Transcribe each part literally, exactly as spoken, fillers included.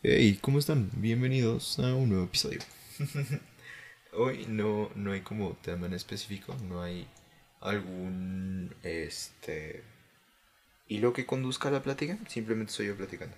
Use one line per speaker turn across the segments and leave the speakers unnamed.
Hey, ¿cómo están? Bienvenidos a un nuevo episodio. Hoy no, no hay como tema en específico, no hay algún este hilo que conduzca a la plática, simplemente soy yo platicando.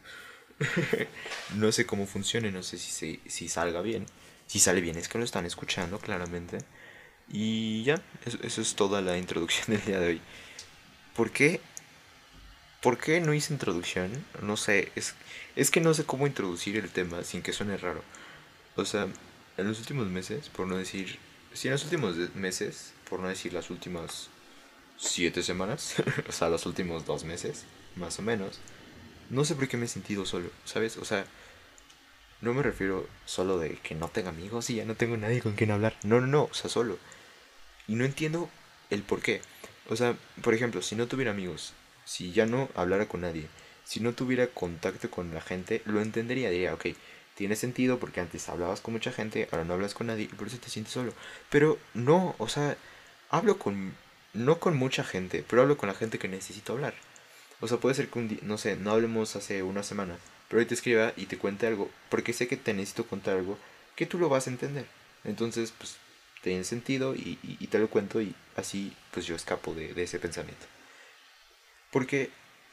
No sé cómo funcione, no sé si, se- si salga bien. Si sale bien es que lo están escuchando claramente. Y ya, eso, eso es toda la introducción del día de hoy. ¿Por qué? ¿Por qué no hice introducción? No sé, es, es que no sé cómo introducir el tema sin que suene raro. O sea, en los últimos meses, por no decir... Sí, en los últimos de- meses, por no decir las últimas siete semanas, o sea, los últimos dos meses, más o menos, no sé por qué me he sentido solo, ¿sabes? O sea, no me refiero solo de que no tenga amigos y ya no tengo nadie con quien hablar. No, no, no, o sea, solo. Y no entiendo el por qué. O sea, por ejemplo, si no tuviera amigos, si ya no hablara con nadie, si no tuviera contacto con la gente, lo entendería. Diría, ok, tiene sentido porque antes hablabas con mucha gente, ahora no hablas con nadie y por eso te sientes solo. Pero no, o sea, hablo con... No con mucha gente, pero hablo con la gente que necesito hablar. O sea, puede ser que un día, no sé, no hablemos hace una semana, pero hoy te escriba y te cuente algo, porque sé que te necesito contar algo que tú lo vas a entender. Entonces, pues, tiene sentido y, y- y te lo cuento y así, pues yo escapo de, de ese pensamiento. Porque,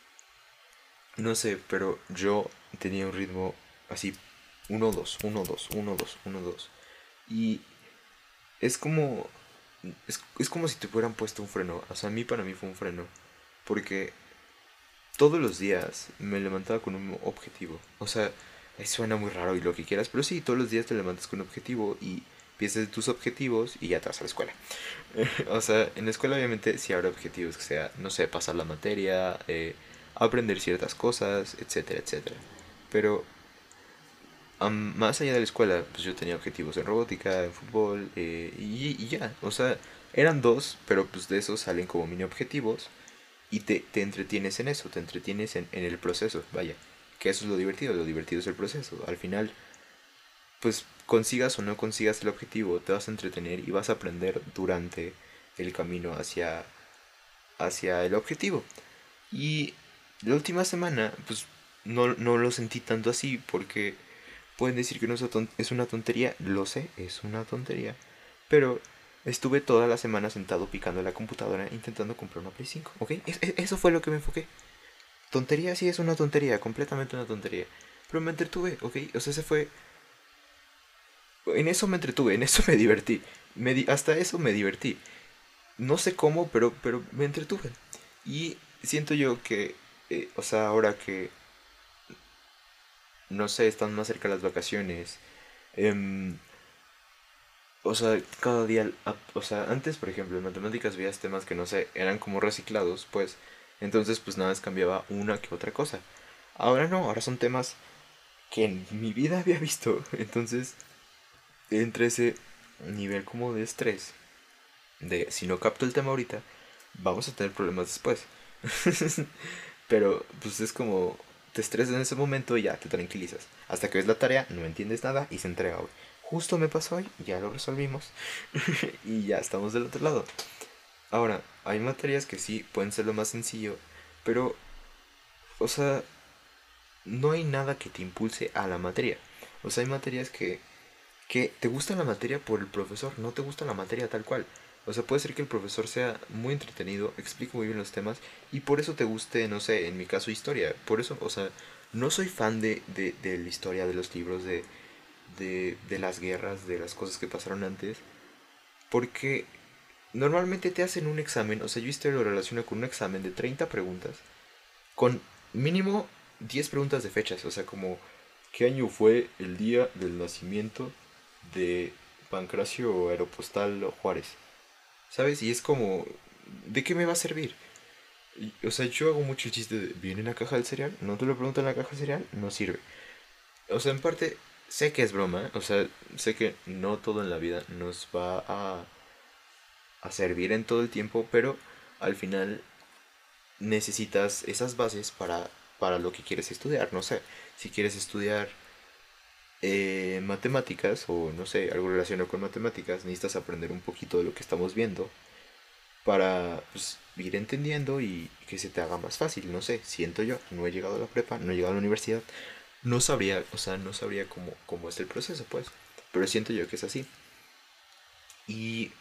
no sé, pero yo tenía un ritmo así, uno dos uno dos uno dos uno dos. Y es como, es, es como si te hubieran puesto un freno. O sea, a mí para mí fue un freno. Porque todos los días me levantaba con un objetivo. O sea, eh, suena muy raro y lo que quieras, pero sí, todos los días te levantas con un objetivo y piensas en tus objetivos y ya te vas a la escuela. O sea, en la escuela obviamente sí habrá objetivos que sea, no sé, pasar la materia, eh, aprender ciertas cosas, etcétera, etcétera. Pero am, más allá de la escuela, pues yo tenía objetivos en robótica, en fútbol, eh, y, y ya. O sea, eran dos, pero pues de esos salen como mini objetivos y te, te entretienes en eso, te entretienes en, en el proceso, vaya. Que eso es lo divertido, lo divertido es el proceso. Al final, pues consigas o no consigas el objetivo, te vas a entretener y vas a aprender durante el camino hacia, hacia el objetivo. Y la última semana, pues no, no lo sentí tanto así porque pueden decir que no es ton- es una tontería, lo sé, es una tontería. Pero estuve toda la semana sentado picando la computadora intentando comprar una Play cinco, ¿ok? Es- es- eso fue lo que me enfoqué. Tontería sí es una tontería, completamente una tontería. Pero me entretuve, ¿ok? O sea, se fue... En eso me entretuve, en eso me divertí. Me di- Hasta eso me divertí. No sé cómo, pero, pero me entretuve. Y siento yo que, eh, o sea, ahora que, no sé, están más cerca las vacaciones. em, o sea, cada día, a- o sea, antes, por ejemplo, en matemáticas veías temas que, no sé, eran como reciclados, pues. Entonces, pues nada más cambiaba una que otra cosa. Ahora no, ahora son temas que en mi vida había visto. Entonces, entre ese nivel como de estrés, de si no capto el tema ahorita, vamos a tener problemas después. Pero, pues es como, te estresas en ese momento y ya te tranquilizas. Hasta que ves la tarea, no entiendes nada y se entrega hoy. Justo me pasó hoy, ya lo resolvimos y ya estamos del otro lado. Ahora, hay materias que sí pueden ser lo más sencillo, pero, o sea, no hay nada que te impulse a la materia. O sea, hay materias que que te gusta la materia por el profesor, no te gusta la materia tal cual. O sea, puede ser que el profesor sea muy entretenido, explique muy bien los temas y por eso te guste, no sé, en mi caso historia. Por eso, o sea, no soy fan de, de, de la historia, de los libros, de, de, de las guerras, de las cosas que pasaron antes, porque normalmente te hacen un examen, o sea, yo historia lo relaciono con un examen de treinta preguntas, con mínimo diez preguntas de fechas, o sea, como ¿qué año fue el día del nacimiento de Pancracio Aeropostal Juárez? ¿Sabes? Y es como, ¿de qué me va a servir? Y, o sea, yo hago mucho el chiste de, ¿viene en la caja del cereal? ¿No te lo preguntan en la caja del cereal? No sirve. O sea, en parte, sé que es broma, o sea, sé que no todo en la vida nos va a, a servir en todo el tiempo, pero al final necesitas esas bases para, para lo que quieres estudiar. No sé, si quieres estudiar eh, matemáticas o no sé, algo relacionado con matemáticas, necesitas aprender un poquito de lo que estamos viendo para pues, ir entendiendo y que se te haga más fácil. No sé, siento yo, no he llegado a la prepa, no he llegado a la universidad, No sabría, o sea, no sabría cómo, cómo es el proceso, pues. Pero siento yo que es así. Y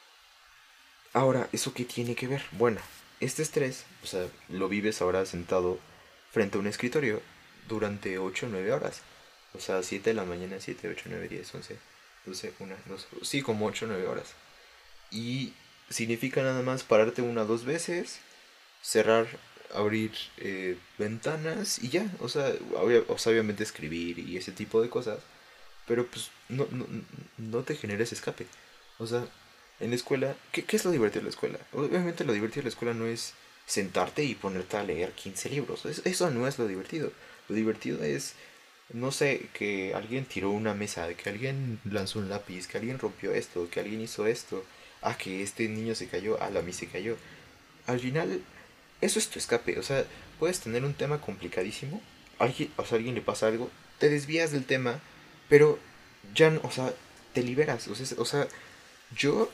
ahora, ¿eso qué tiene que ver? Bueno, este estrés, o sea, lo vives ahora sentado frente a un escritorio durante ocho o nueve horas. O sea, siete de la mañana, siete ocho nueve diez once doce una dos sí, como ocho o nueve horas. Y significa nada más pararte una o dos veces, cerrar, abrir eh, ventanas y ya. O sea, obvia- o sea, obviamente escribir y ese tipo de cosas. Pero pues no, no, no te generes escape. O sea, en la escuela, ¿qué, ¿qué es lo divertido de la escuela? Obviamente lo divertido de la escuela no es sentarte y ponerte a leer quince libros. Es- eso no es lo divertido. Lo divertido es, no sé, que alguien tiró una mesa, que alguien lanzó un lápiz, que alguien rompió esto, que alguien hizo esto. Ah, que este niño se cayó, ah, la mí se cayó. Al final, eso es tu escape. O sea, puedes tener un tema complicadísimo. Alguien, o sea, a alguien le pasa algo, te desvías del tema, pero ya no, o sea, te liberas. O sea, o sea yo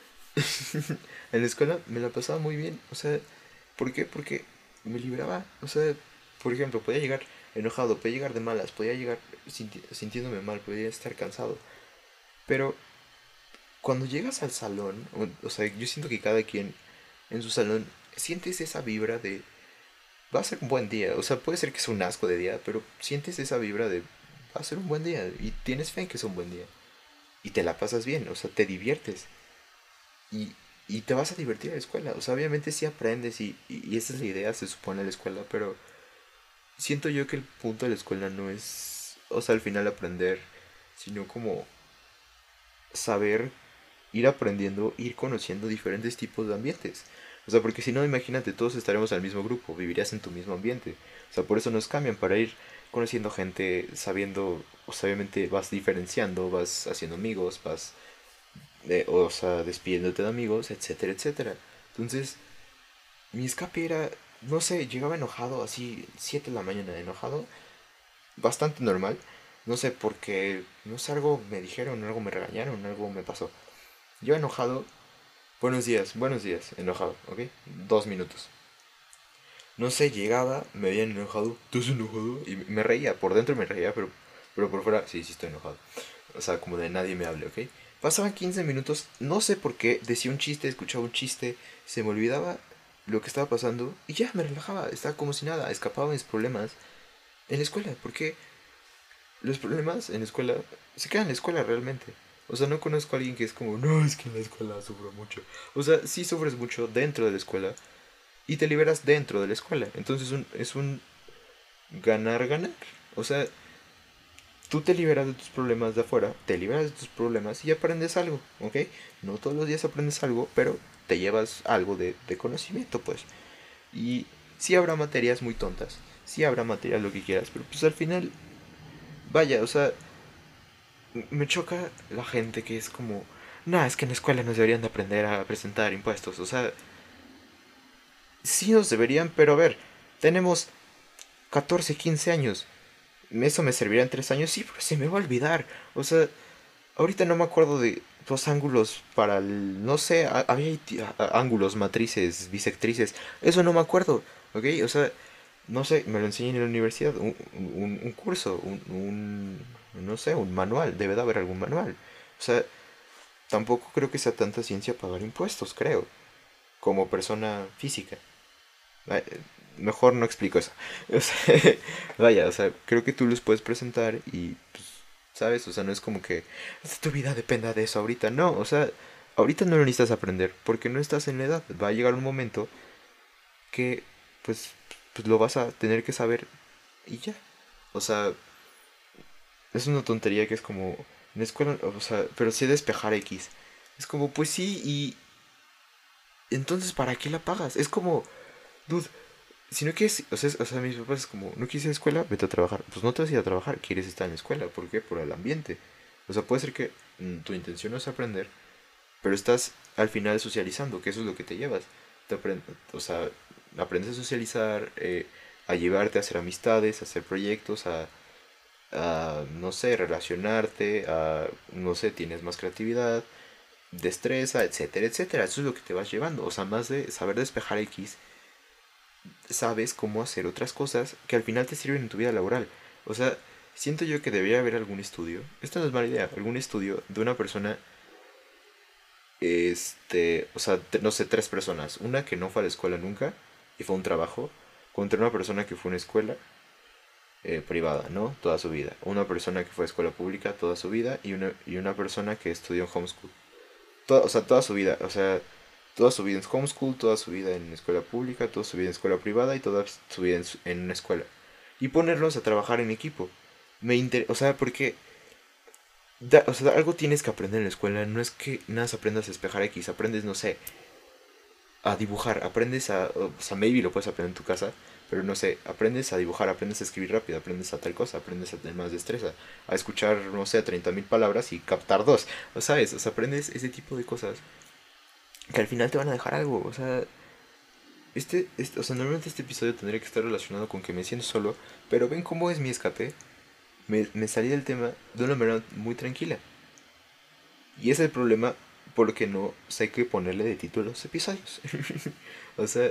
en la escuela me la pasaba muy bien. O sea, ¿por qué? Porque me liberaba. O sea, por ejemplo, podía llegar enojado, podía llegar de malas, podía llegar sinti sintiéndome mal, podía estar cansado. Pero cuando llegas al salón, o, o sea, yo siento que cada quien en su salón sientes esa vibra de va a ser un buen día. O sea, puede ser que sea un asco de día, pero sientes esa vibra de va a ser un buen día y tienes fe en que es un buen día. Y te la pasas bien, o sea, te diviertes. Y, y te vas a divertir a la escuela. O sea, obviamente sí aprendes y, y, y esa es la idea, se supone, de la escuela, pero siento yo que el punto de la escuela no es, o sea, al final aprender, sino como saber ir aprendiendo, ir conociendo diferentes tipos de ambientes. O sea, porque si no, imagínate, todos estaremos en el mismo grupo, vivirías en tu mismo ambiente. O sea, por eso nos cambian, para ir conociendo gente, sabiendo, o sea, obviamente vas diferenciando, vas haciendo amigos, vas, eh, o sea, despidiéndote de amigos, etcétera, etcétera. Entonces, mi escape era, no sé, llegaba enojado, así, siete de la mañana enojado, bastante normal. No sé, porque, no sé, algo me dijeron, algo me regañaron, algo me pasó. Yo enojado, buenos días, buenos días, enojado, ¿ok? Dos minutos. No sé, llegaba, me habían enojado, ¿estás enojado? Y me reía, por dentro me reía, pero, pero por fuera, sí, sí estoy enojado. O sea, como de nadie me hable, ¿ok? Pasaban quince minutos, no sé por qué, decía un chiste, escuchaba un chiste, se me olvidaba lo que estaba pasando y ya me relajaba, estaba como si nada, escapaba mis problemas en la escuela, porque los problemas en la escuela se quedan en la escuela realmente. O sea, no conozco a alguien que es como, no, es que en la escuela sufro mucho. O sea, sí sufres mucho dentro de la escuela y te liberas dentro de la escuela. Entonces un, es un ganar-ganar. O sea, tú te liberas de tus problemas de afuera, te liberas de tus problemas y aprendes algo, ¿ok? No todos los días aprendes algo, pero te llevas algo de, de conocimiento, pues. Y sí habrá materias muy tontas, sí habrá materias lo que quieras, pero pues al final, vaya, o sea, me choca la gente que es como, nah, es que en la escuela nos deberían de aprender a presentar impuestos. O sea, sí nos deberían, pero a ver, tenemos catorce quince años. ¿Eso me servirá en tres años? Sí, pero se me va a olvidar. O sea, ahorita no me acuerdo de los ángulos para el... No sé, ha- había ángulos, matrices, bisectrices. Eso no me acuerdo, ¿ok? O sea, no sé, me lo enseñé en la universidad. Un, un, un curso, un, un... No sé, un manual. Debe de haber algún manual. O sea, tampoco creo que sea tanta ciencia pagar impuestos, creo. Como persona física. Mejor no explico eso. O sea, vaya, o sea, creo que tú los puedes presentar y, pues, ¿sabes? O sea, no es como que tu vida dependa de eso ahorita. No, o sea, ahorita no lo necesitas aprender porque no estás en la edad. Va a llegar un momento que, pues, pues lo vas a tener que saber y ya. O sea, es una tontería que es como, en la escuela, o sea, pero sé despejar X. Es como, pues sí, y entonces, ¿para qué la pagas? Es como, dude, si no quieres, o sea, o sea, mis papás es como, no quieres ir a la escuela, vete a trabajar. Pues no te vas a ir a trabajar, quieres estar en la escuela. ¿Por qué? Por el ambiente. O sea, puede ser que mm, tu intención no es aprender, pero estás al final socializando, que eso es lo que te llevas. Te aprend- o sea, aprendes a socializar, eh, a llevarte a hacer amistades, a hacer proyectos, a, a, no sé, relacionarte, a, no sé, tienes más creatividad, destreza, etcétera, etcétera. Eso es lo que te vas llevando. O sea, más de saber despejar X, sabes cómo hacer otras cosas que al final te sirven en tu vida laboral. O sea, siento yo que debería haber algún estudio. Esta no es mala idea. Algún estudio de una persona. Este. O sea, te- no sé, tres personas. Una que no fue a la escuela nunca y fue a un trabajo. Contra una persona que fue a una escuela eh, privada, ¿no? Toda su vida. Una persona que fue a escuela pública toda su vida. Y una, y una persona que estudió en homeschool. Toda, o sea, toda su vida. O sea, toda su vida en homeschool, toda su vida en escuela pública, toda su vida en escuela privada y toda su vida en, su- en una escuela. Y ponerlos a trabajar en equipo. Me inter... O sea, porque da- o sea, algo tienes que aprender en la escuela. No es que nada más aprendas a despejar X. Aprendes, no sé, a dibujar. Aprendes a... O sea, maybe lo puedes aprender en tu casa. Pero no sé, aprendes a dibujar, aprendes a escribir rápido, aprendes a tal cosa, aprendes a tener más destreza. A escuchar, no sé, treinta mil palabras y captar dos. O sabes, o sea, aprendes ese tipo de cosas que al final te van a dejar algo. O sea, este, este, o sea, normalmente este episodio tendría que estar relacionado con que me siento solo. Pero ven cómo es mi escape. Me, me salí del tema de una manera muy tranquila. Y ese es el problema porque no sé qué ponerle de título a los episodios. O sea,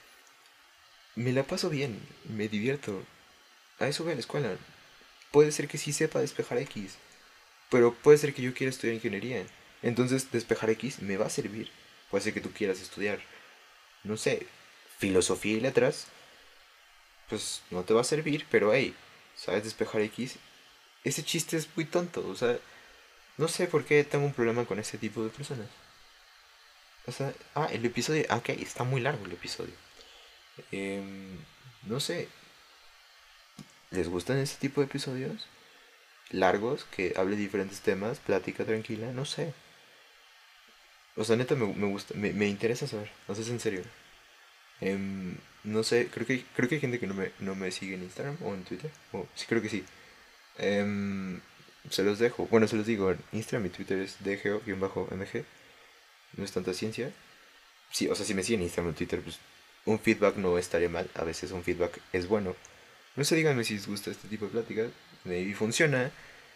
me la paso bien, me divierto. A eso voy a la escuela. Puede ser que sí sepa despejar X, pero puede ser que yo quiera estudiar ingeniería. Entonces, despejar X me va a servir. Puede ser que tú quieras estudiar, no sé, filosofía y letras, pues no te va a servir, pero hey, ¿sabes despejar X? Ese chiste es muy tonto, o sea, no sé por qué tengo un problema con ese tipo de personas. O sea, ah, el episodio, ah, ok, está muy largo el episodio. Em, no sé, ¿les gustan este tipo de episodios? Largos, que hable de diferentes temas, plática tranquila, no sé. O sea, neta me, me gusta, me, me interesa saber, no sé, es en serio. Em, no sé, creo que, creo que hay gente que no me, no me sigue en Instagram o en Twitter. O, sí, creo que sí. Em, Se los dejo. Bueno, se los digo, en Instagram y Twitter es dgeo-mg. No es tanta ciencia. Sí, o sea, si me siguen en Instagram o Twitter, pues un feedback no estaría mal. A veces un feedback es bueno. No sé, díganme si les gusta este tipo de pláticas. Maybe funciona.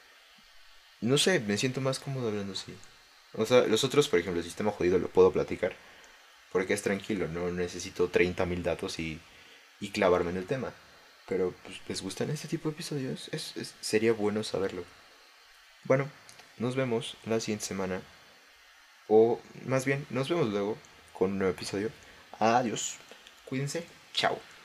No sé, me siento más cómodo hablando así. O sea, los otros, por ejemplo, el sistema jodido lo puedo platicar. Porque es tranquilo, no necesito treinta mil datos y, y clavarme en el tema. Pero, pues, ¿les gustan este tipo de episodios? Es, es- sería bueno saberlo. Bueno, nos vemos la siguiente semana. O más bien, nos vemos luego con un nuevo episodio. Adiós. Cuídense. Chao.